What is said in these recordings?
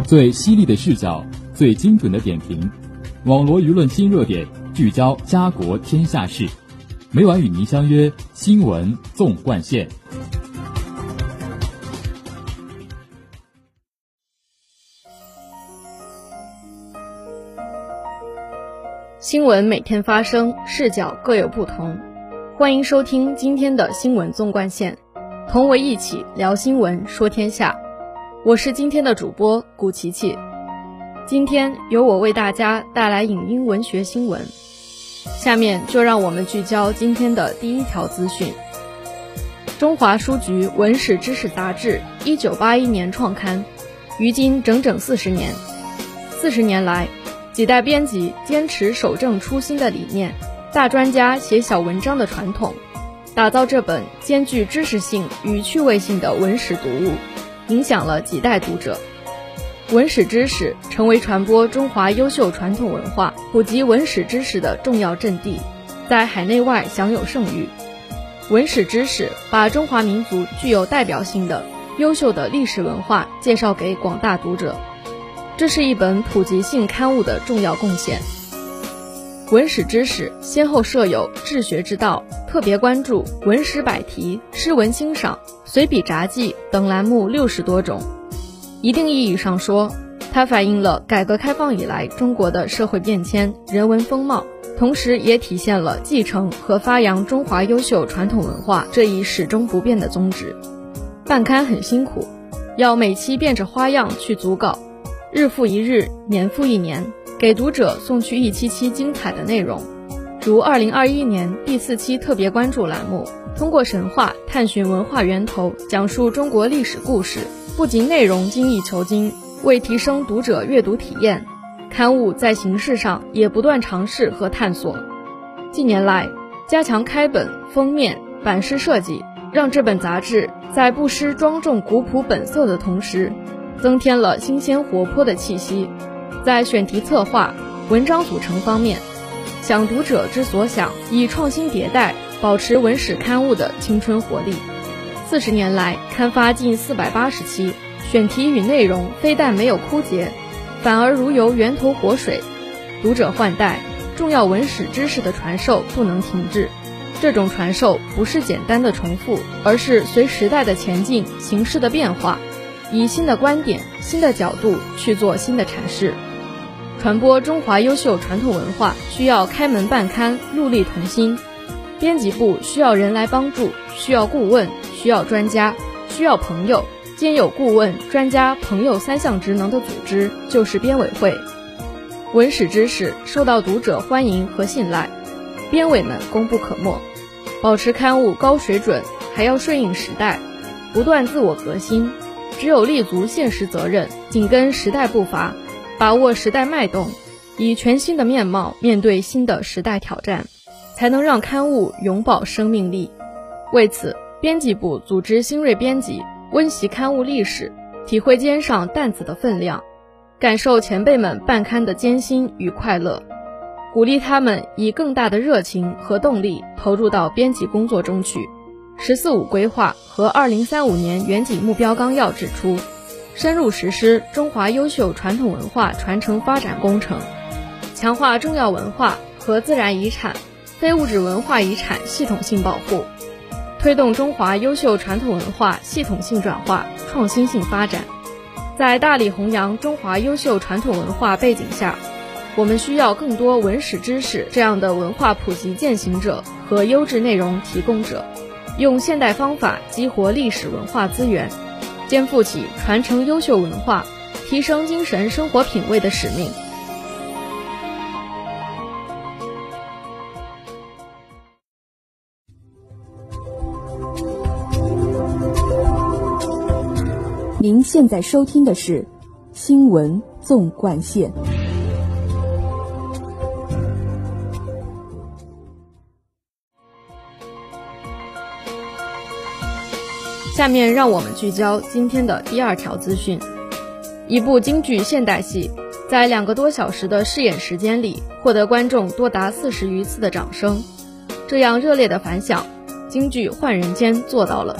最犀利的视角，最精准的点评，网罗舆论新热点，聚焦家国天下事。每晚与您相约新闻纵贯线。 新闻每天发生，视角各有不同。欢迎收听今天的新闻纵贯线，同为一起聊新闻说天下。我是今天的主播古琪琪。今天由我为大家带来影音文学新闻。下面就让我们聚焦今天的第一条资讯。中华书局文史知识杂志1981年创刊，于今整整40年。40年来，几代编辑坚持守正初心的理念，大专家写小文章的传统，打造这本兼具知识性与趣味性的文史读物，影响了几代读者。文史知识成为传播中华优秀传统文化、普及文史知识的重要阵地，在海内外享有盛誉。文史知识把中华民族具有代表性的、优秀的历史文化介绍给广大读者，这是一本普及性刊物的重要贡献。文史知识先后设有治学之道、特别关注、文史百题、诗文欣赏、随笔札记等栏目60多种。一定意义上说，它反映了改革开放以来中国的社会变迁、人文风貌，同时也体现了继承和发扬中华优秀传统文化这一始终不变的宗旨。办刊很辛苦，要每期变着花样去组稿，日复一日，年复一年，给读者送去一期期精彩的内容。如2021年第4期特别关注栏目，通过神话探寻文化源头，讲述中国历史故事，不仅内容精益求精，为提升读者阅读体验，刊物在形式上也不断尝试和探索。近年来，加强开本、封面、版式设计，让这本杂志在不失庄重古朴本色的同时，增添了新鲜活泼的气息。在选题策划、文章组成方面，想读者之所想，以创新迭代，保持文史刊物的青春活力。40年来刊发近480期，选题与内容非但没有枯竭，反而如有源头活水。读者换代，重要文史知识的传授不能停滞。这种传授不是简单的重复，而是随时代的前进、形势的变化，以新的观点、新的角度去做新的阐释。传播中华优秀传统文化需要开门办刊，戮力同心。编辑部需要人来帮助，需要顾问，需要专家，需要朋友。兼有顾问、专家、朋友3项职能的组织就是编委会。文史知识受到读者欢迎和信赖，编委们功不可没。保持刊物高水准，还要顺应时代，不断自我革新。只有立足现实责任，紧跟时代步伐，把握时代脉动，以全新的面貌面对新的时代挑战，才能让刊物永葆生命力。为此，编辑部组织新锐编辑温习刊物历史，体会肩上担子的分量，感受前辈们办刊的艰辛与快乐，鼓励他们以更大的热情和动力投入到编辑工作中去。“14五”规划和2035年远景目标纲要指出，深入实施中华优秀传统文化传承发展工程，强化重要文化和自然遗产、非物质文化遗产系统性保护，推动中华优秀传统文化系统性转化、创新性发展。在大力弘扬中华优秀传统文化背景下，我们需要更多文史知识这样的文化普及践行者和优质内容提供者，用现代方法激活历史文化资源，肩负起传承优秀文化、提升精神生活品味的使命。 您现在收听的是新闻纵贯线。 下面让我们聚焦今天的第2条资讯。一部京剧现代戏在2个多小时的试演时间里，获得观众多达40余次的掌声。这样热烈的反响，京剧《换人间》做到了。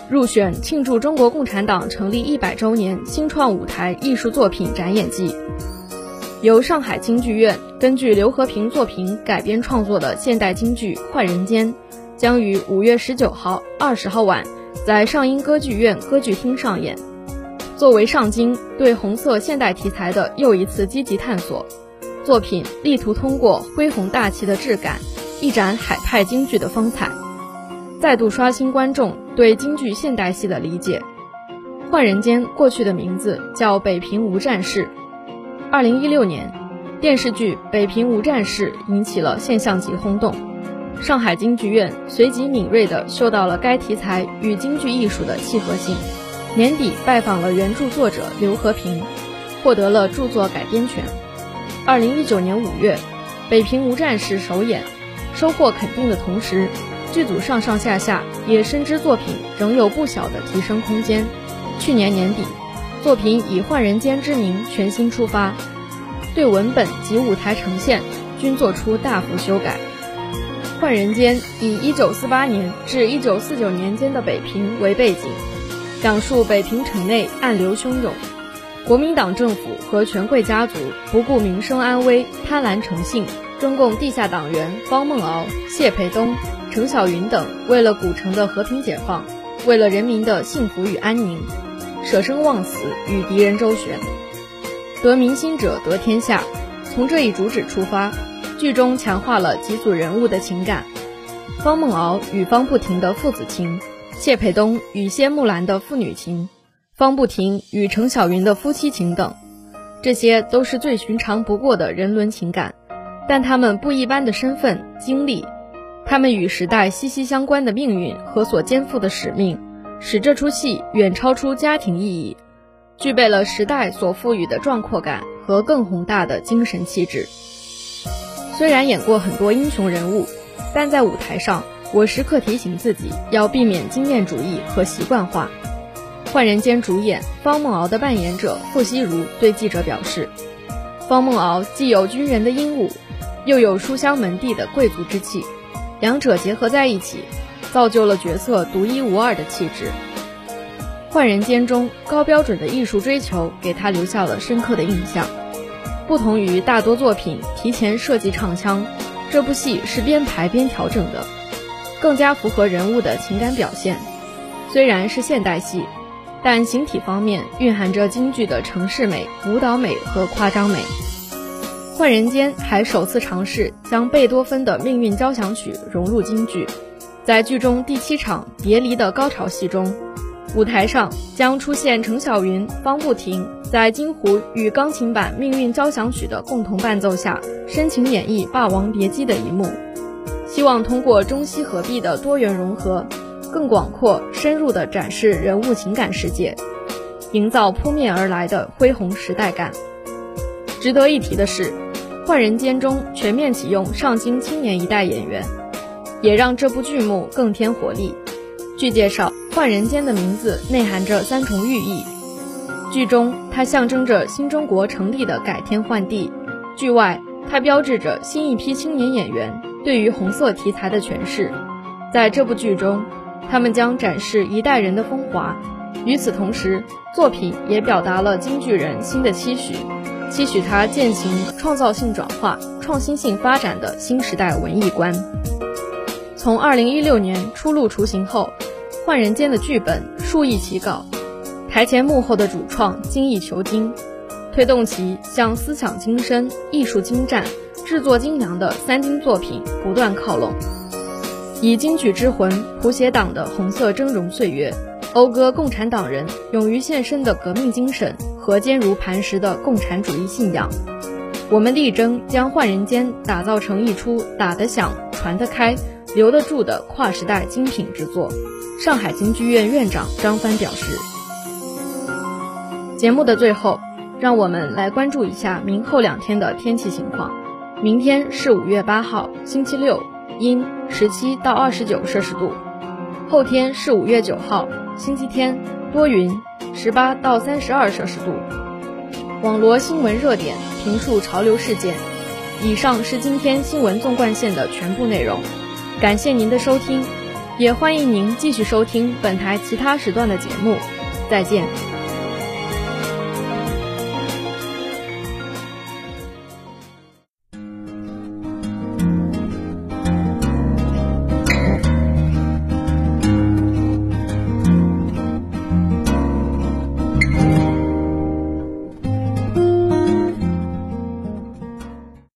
入选庆祝中国共产党成立100周年新创舞台艺术作品展演季。由上海京剧院根据刘和平作品改编创作的现代京剧《换人间》将于5月19号、20号晚在上音歌剧院歌剧厅上演。作为上京对红色现代题材的又一次积极探索，作品力图通过恢宏大气的质感，一展海派京剧的风采，再度刷新观众对京剧现代戏的理解。《换人间》过去的名字叫《北平无战事》。2016年，电视剧《北平无战事》引起了现象级轰动，上海京剧院随即敏锐地嗅到了该题材与京剧艺术的契合性，年底拜访了原著作者刘和平，获得了著作改编权。2019年5月，《北平无战事》首演，收获肯定的同时，剧组上上下下也深知作品仍有不小的提升空间。去年年底，作品以《换人间》之名全新出发，对文本及舞台呈现均做出大幅修改。《换人间》以1948年至1949年间的北平为背景，讲述北平城内暗流汹涌，国民党政府和权贵家族不顾民生安危，贪婪成性，中共地下党员方孟敖、谢培东、程小云等为了古城的和平解放，为了人民的幸福与安宁，舍生忘死与敌人周旋。得民心者得天下，从这一主旨出发，剧中强化了几组人物的情感，方孟敖与方不停的父子情，谢培东与谢木兰的父女情，方不停与程小云的夫妻情等，这些都是最寻常不过的人伦情感，但他们不一般的身份经历，他们与时代息息相关的命运和所肩负的使命，使这出戏远超出家庭意义，具备了时代所赋予的壮阔感和更宏大的精神气质。虽然演过很多英雄人物，但在舞台上，我时刻提醒自己要避免经验主义和习惯化。换人间主演方孟敖的扮演者傅西如对记者表示，方孟敖既有军人的英武，又有书香门第的贵族之气，两者结合在一起，造就了角色独一无二的气质。换人间中高标准的艺术追求给他留下了深刻的印象。不同于大多作品提前设计唱腔，这部戏是边排边调整的，更加符合人物的情感表现。虽然是现代戏，但形体方面蕴含着京剧的程式美、舞蹈美和夸张美。换人间还首次尝试将贝多芬的命运交响曲融入京剧，在剧中第7场别离的高潮戏中，舞台上将出现程小云、方不停在京胡与钢琴版命运交响曲的共同伴奏下深情演绎《霸王别姬》的一幕，希望通过中西合璧的多元融合，更广阔深入地展示人物情感世界，营造扑面而来的恢宏时代感。值得一提的是，换人间中全面启用上京青年一代演员，也让这部剧目更添活力。据介绍，换人间的名字内含着3重寓意，剧中它象征着新中国成立的改天换地，剧外它标志着新一批青年演员对于红色题材的诠释。在这部剧中，他们将展示一代人的风华，与此同时，作品也表达了京剧人新的期许他践行创造性转化、创新性发展的新时代文艺观。从2016年初露雏形后，换人间的剧本数易其稿，台前幕后的主创精益求精，推动其向思想精深、艺术精湛、制作精良的3金作品不断靠拢，以京剧之魂谱写党的红色峥嵘岁月，讴歌共产党人勇于献身的革命精神和坚如磐石的共产主义信仰。我们力争将换人间打造成一出打得响、传得开、留得住的跨时代精品之作。上海京剧院院长张帆表示。节目的最后，让我们来关注一下明后2天的天气情况。明天是5月8号，星期六，阴，17到29摄氏度。后天是5月9号，星期天，多云，18到32摄氏度。网罗新闻热点，评述潮流事件。以上是今天新闻纵贯线的全部内容，感谢您的收听。 也欢迎您继续收听本台其他时段的节目。再见。